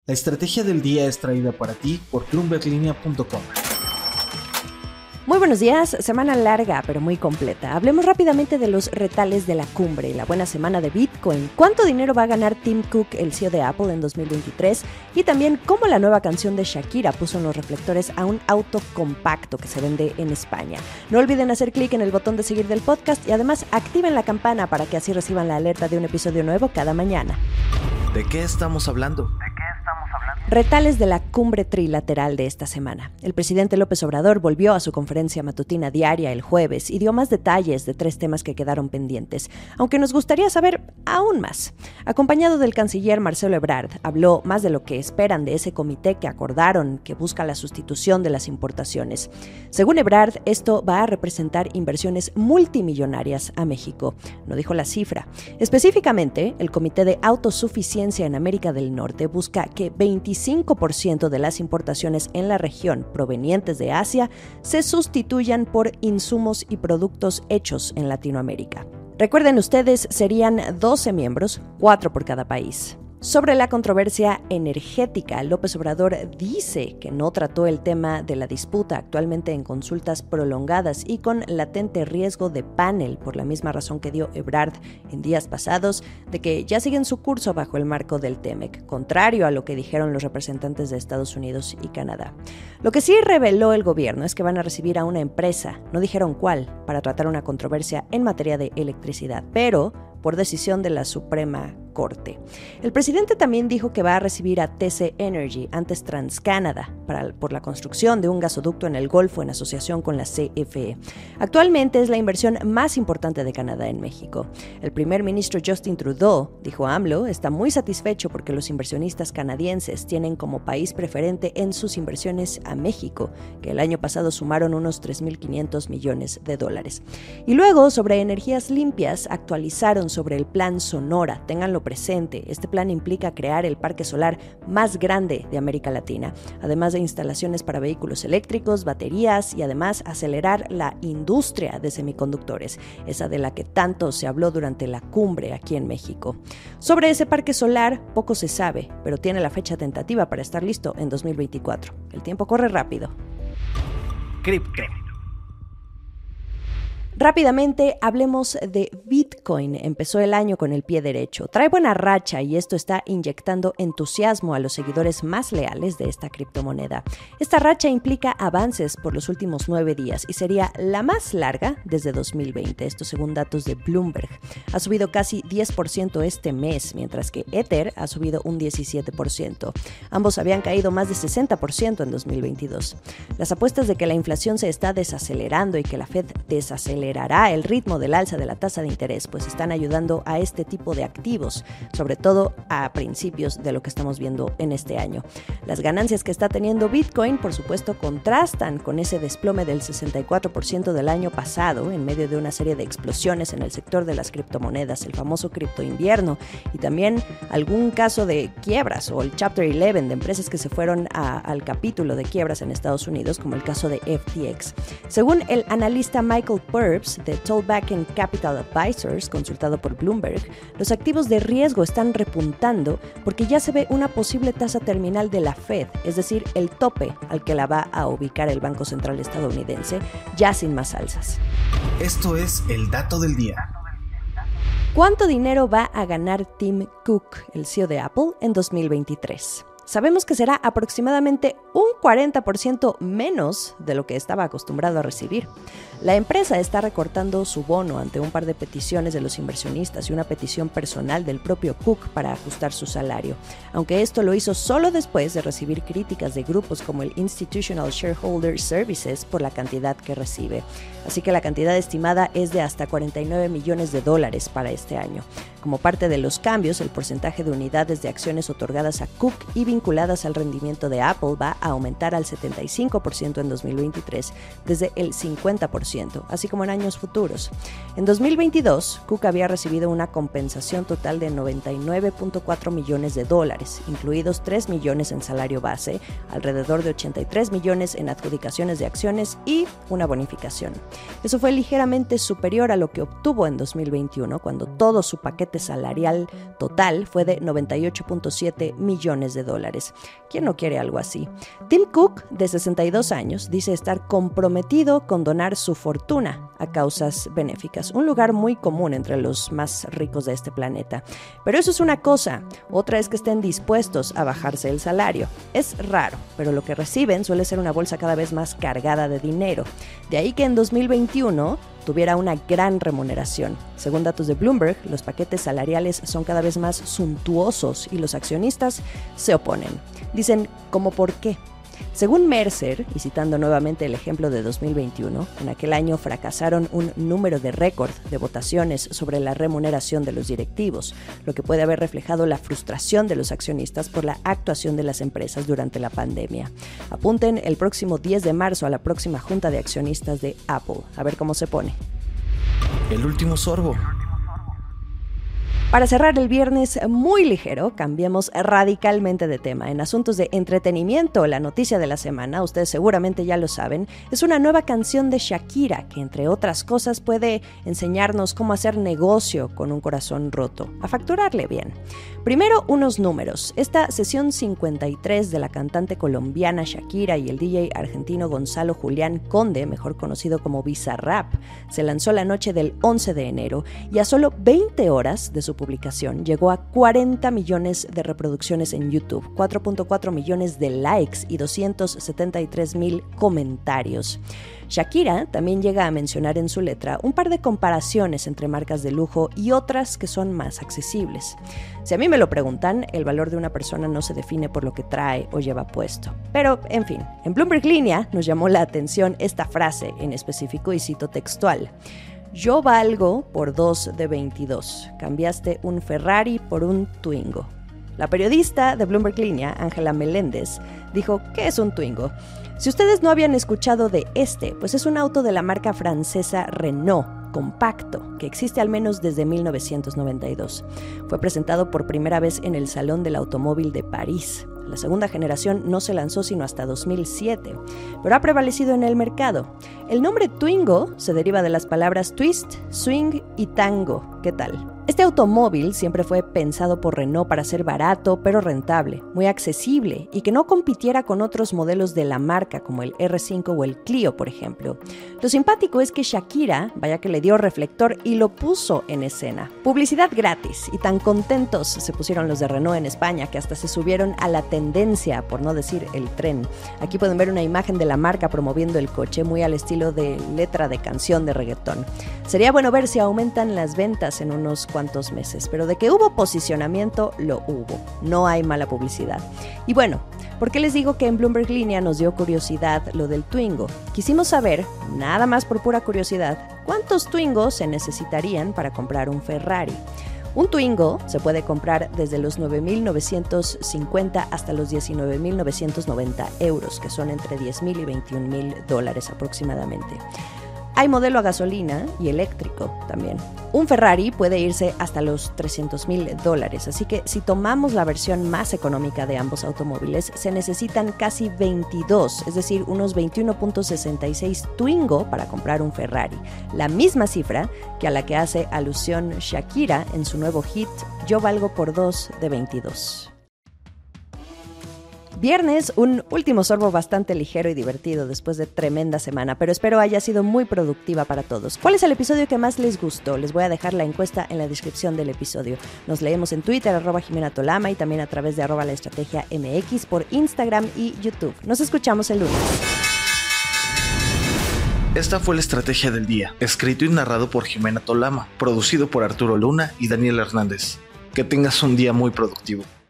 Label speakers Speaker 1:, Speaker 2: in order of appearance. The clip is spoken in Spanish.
Speaker 1: La estrategia del día es traída para ti por BloombergLinea.com.
Speaker 2: Muy buenos días, semana larga pero muy completa. Hablemos rápidamente de los retales de la cumbre, la buena semana de Bitcoin, cuánto dinero va a ganar Tim Cook, el CEO de Apple, en 2023, y también cómo la nueva canción de Shakira puso en los reflectores a un auto compacto que se vende en España. No olviden hacer clic en el botón de seguir del podcast y además activen la campana para que así reciban la alerta de un episodio nuevo cada mañana.
Speaker 3: ¿De qué estamos hablando?
Speaker 2: Retales de la cumbre trilateral de esta semana. El presidente López Obrador volvió a su conferencia matutina diaria el jueves y dio más detalles de 3 temas que quedaron pendientes, aunque nos gustaría saber aún más. Acompañado del canciller Marcelo Ebrard, habló más de lo que esperan de ese comité que acordaron que busca la sustitución de las importaciones. Según Ebrard, esto va a representar inversiones multimillonarias a México. No dijo la cifra. Específicamente, el Comité de Autosuficiencia en América del Norte busca que 25% de las importaciones en la región provenientes de Asia se sustituyan por insumos y productos hechos en Latinoamérica. Recuerden ustedes, serían 12 miembros, 4 por cada país. Sobre la controversia energética, López Obrador dice que no trató el tema de la disputa actualmente en consultas prolongadas y con latente riesgo de panel, por la misma razón que dio Ebrard en días pasados, de que ya siguen su curso bajo el marco del TEMEC, contrario a lo que dijeron los representantes de Estados Unidos y Canadá. Lo que sí reveló el gobierno es que van a recibir a una empresa, no dijeron cuál, para tratar una controversia en materia de electricidad, pero por decisión de la Suprema Corte. El presidente también dijo que va a recibir a TC Energy, antes TransCanada, por la construcción de un gasoducto en el Golfo en asociación con la CFE. Actualmente es la inversión más importante de Canadá en México. El primer ministro Justin Trudeau, dijo AMLO, está muy satisfecho porque los inversionistas canadienses tienen como país preferente en sus inversiones a México, que el año pasado sumaron unos $3,500 millones. Y luego, sobre energías limpias, actualizaron sobre el Plan Sonora. Ténganlo presente, este plan implica crear el parque solar más grande de América Latina, además de instalaciones para vehículos eléctricos, baterías y además acelerar la industria de semiconductores, esa de la que tanto se habló durante la cumbre aquí en México. Sobre ese parque solar poco se sabe, pero tiene la fecha tentativa para estar listo en 2024. El tiempo corre rápido.
Speaker 3: Cripto.
Speaker 2: Rápidamente, hablemos de Bitcoin. Empezó el año con el pie derecho. Trae buena racha y esto está inyectando entusiasmo a los seguidores más leales de esta criptomoneda. Esta racha implica avances por los últimos 9 días y sería la más larga desde 2020, esto según datos de Bloomberg. Ha subido casi 10% este mes, mientras que Ether ha subido un 17%. Ambos habían caído más de 60% en 2022. Las apuestas de que la inflación se está desacelerando y que la Fed desacelerará el ritmo del alza de la tasa de interés, pues están ayudando a este tipo de activos, sobre todo a principios de lo que estamos viendo en este año. Las ganancias que está teniendo Bitcoin, por supuesto, contrastan con ese desplome del 64% del año pasado, en medio de una serie de explosiones en el sector de las criptomonedas, el famoso cripto invierno, y también algún caso de quiebras o el Chapter 11 de empresas que se fueron al capítulo de quiebras en Estados Unidos, como el caso de FTX. Según el analista Michael Purves de Tallbacken Capital Advisors, consultado por Bloomberg, los activos de riesgo están repuntando porque ya se ve una posible tasa terminal de la Fed, es decir, el tope al que la va a ubicar el Banco Central estadounidense, ya sin más alzas.
Speaker 1: Esto es el dato del día.
Speaker 2: ¿Cuánto dinero va a ganar Tim Cook, el CEO de Apple, en 2023? Sabemos que será aproximadamente un 40% menos de lo que estaba acostumbrado a recibir. La empresa está recortando su bono ante un par de peticiones de los inversionistas y una petición personal del propio Cook para ajustar su salario, aunque esto lo hizo solo después de recibir críticas de grupos como el Institutional Shareholder Services por la cantidad que recibe. Así que la cantidad estimada es de hasta $49 millones para este año. Como parte de los cambios, el porcentaje de unidades de acciones otorgadas a Cook y vinculadas al rendimiento de Apple va a aumentar al 75% en 2023, desde el 50%, así como en años futuros. En 2022, Cook había recibido una compensación total de $99.4 millones, incluidos $3 millones en salario base, alrededor de $83 millones en adjudicaciones de acciones y una bonificación. Eso fue ligeramente superior a lo que obtuvo en 2021, cuando todo su paquete salarial total fue de $98.7 millones. $100. ¿Quién no quiere algo así? Tim Cook, de 62 años, dice estar comprometido con donar su fortuna a causas benéficas, un lugar muy común entre los más ricos de este planeta. Pero eso es una cosa, otra es que estén dispuestos a bajarse el salario. Es raro, pero lo que reciben suele ser una bolsa cada vez más cargada de dinero. De ahí que en 2021 tuviera una gran remuneración. Según datos de Bloomberg, los paquetes salariales son cada vez más suntuosos y los accionistas se oponen. Dicen, ¿cómo por qué? Según Mercer, y citando nuevamente el ejemplo de 2021, en aquel año fracasaron un número de récord de votaciones sobre la remuneración de los directivos, lo que puede haber reflejado la frustración de los accionistas por la actuación de las empresas durante la pandemia. Apunten el próximo 10 de marzo a la próxima junta de accionistas de Apple, a ver cómo se pone.
Speaker 3: El último sorbo.
Speaker 2: Para cerrar el viernes muy ligero, cambiemos radicalmente de tema. En asuntos de entretenimiento, la noticia de la semana, ustedes seguramente ya lo saben, es una nueva canción de Shakira que, entre otras cosas, puede enseñarnos cómo hacer negocio con un corazón roto, a facturarle bien. Primero, unos números. Esta sesión 53 de la cantante colombiana Shakira y el DJ argentino Gonzalo Julián Conde, mejor conocido como Bizarrap, se lanzó la noche del 11 de enero y a solo 20 horas de su publicación llegó a 40 millones de reproducciones en YouTube, 4.4 millones de likes y 273,000 comentarios. Shakira también llega a mencionar en su letra un par de comparaciones entre marcas de lujo y otras que son más accesibles. Si a mí me lo preguntan, el valor de una persona no se define por lo que trae o lleva puesto. Pero, en fin, en Bloomberg Línea nos llamó la atención esta frase en específico y cito textual. Yo valgo por 2 de 22. Cambiaste un Ferrari por un Twingo. La periodista de Bloomberg Línea, Ángela Meléndez, dijo, ¿qué es un Twingo? Si ustedes no habían escuchado de pues es un auto de la marca francesa Renault, compacto, que existe al menos desde 1992. Fue presentado por primera vez en el Salón del Automóvil de París. La segunda generación no se lanzó sino hasta 2007, pero ha prevalecido en el mercado. El nombre Twingo se deriva de las palabras twist, swing y tango. ¿Qué tal? Este automóvil siempre fue pensado por Renault para ser barato pero rentable, muy accesible y que no compitiera con otros modelos de la marca como el R5 o el Clio, por ejemplo. Lo simpático es que Shakira, vaya que le dio reflector y lo puso en escena. Publicidad gratis y tan contentos se pusieron los de Renault en España que hasta se subieron a la tendencia, por no decir el tren. Aquí pueden ver una imagen de la marca promoviendo el coche muy al estilo de letra de canción de reggaetón. Sería bueno ver si aumentan las ventas en unos cuantos meses, pero de que hubo posicionamiento, lo hubo. No hay mala publicidad. Y bueno, ¿por qué les digo que en Bloomberg Línea nos dio curiosidad lo del Twingo? Quisimos saber, nada más por pura curiosidad, ¿cuántos Twingos se necesitarían para comprar un Ferrari? Un Twingo se puede comprar desde los 9,950 hasta los 19,990 euros, que son entre $10,000 y $21,000 aproximadamente. Hay modelo a gasolina y eléctrico también. Un Ferrari puede irse hasta los $300,000, así que si tomamos la versión más económica de ambos automóviles, se necesitan casi 22, es decir, unos 21.66 Twingo para comprar un Ferrari. La misma cifra que a la que hace alusión Shakira en su nuevo hit Yo valgo por 2 de 22. Viernes, un último sorbo bastante ligero y divertido después de tremenda semana, pero espero haya sido muy productiva para todos. ¿Cuál es el episodio que más les gustó? Les voy a dejar la encuesta en la descripción del episodio. Nos leemos en Twitter, @JimenaTolama y también a través de @LaEstrategiaMX por Instagram y YouTube. Nos escuchamos el lunes.
Speaker 3: Esta fue La Estrategia del Día, escrito y narrado por Jimena Tolama, producido por Arturo Luna y Daniel Hernández. Que tengas un día muy productivo.